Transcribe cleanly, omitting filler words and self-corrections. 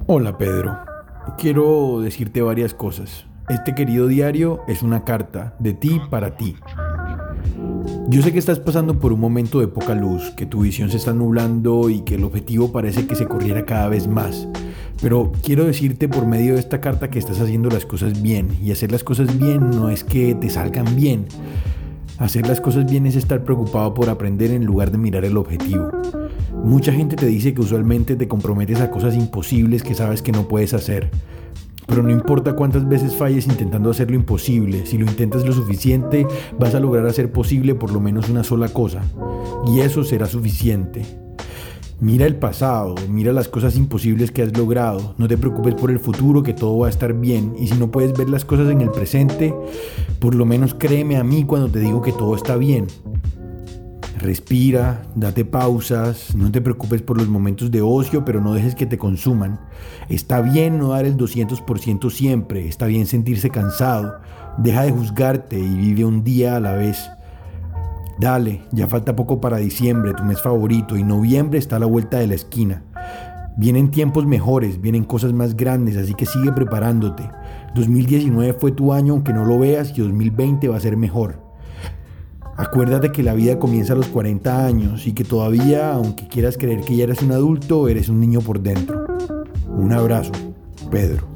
Hola Pedro, quiero decirte varias cosas. Este querido diario es una carta de ti para ti. Yo sé que estás pasando por un momento de poca luz, que tu visión se está nublando y que el objetivo parece que se corriera cada vez más. Pero quiero decirte por medio de esta carta que estás haciendo las cosas bien. Y hacer las cosas bien no es que te salgan bien. Hacer las cosas bien es estar preocupado por aprender en lugar de mirar el objetivo. Mucha gente te dice que usualmente te comprometes a cosas imposibles que sabes que no puedes hacer. Pero no importa cuántas veces falles intentando hacer lo imposible, si lo intentas lo suficiente, vas a lograr hacer posible por lo menos una sola cosa. Y eso será suficiente. Mira el pasado, mira las cosas imposibles que has logrado. No te preocupes por el futuro, que todo va a estar bien. Y si no puedes ver las cosas en el presente, por lo menos créeme a mí cuando te digo que todo está bien. Respira, date pausas, no te preocupes por los momentos de ocio, pero no dejes que te consuman. Está bien no dar el 200% siempre, está bien sentirse cansado. Deja de juzgarte y vive un día a la vez. Dale, ya falta poco para diciembre, tu mes favorito, y noviembre está a la vuelta de la esquina. Vienen tiempos mejores, vienen cosas más grandes, así que sigue preparándote. 2019 fue tu año aunque no lo veas y 2020 va a ser mejor. Acuérdate que la vida comienza a los 40 años y que todavía, aunque quieras creer que ya eres un adulto, eres un niño por dentro. Un abrazo, Pedro.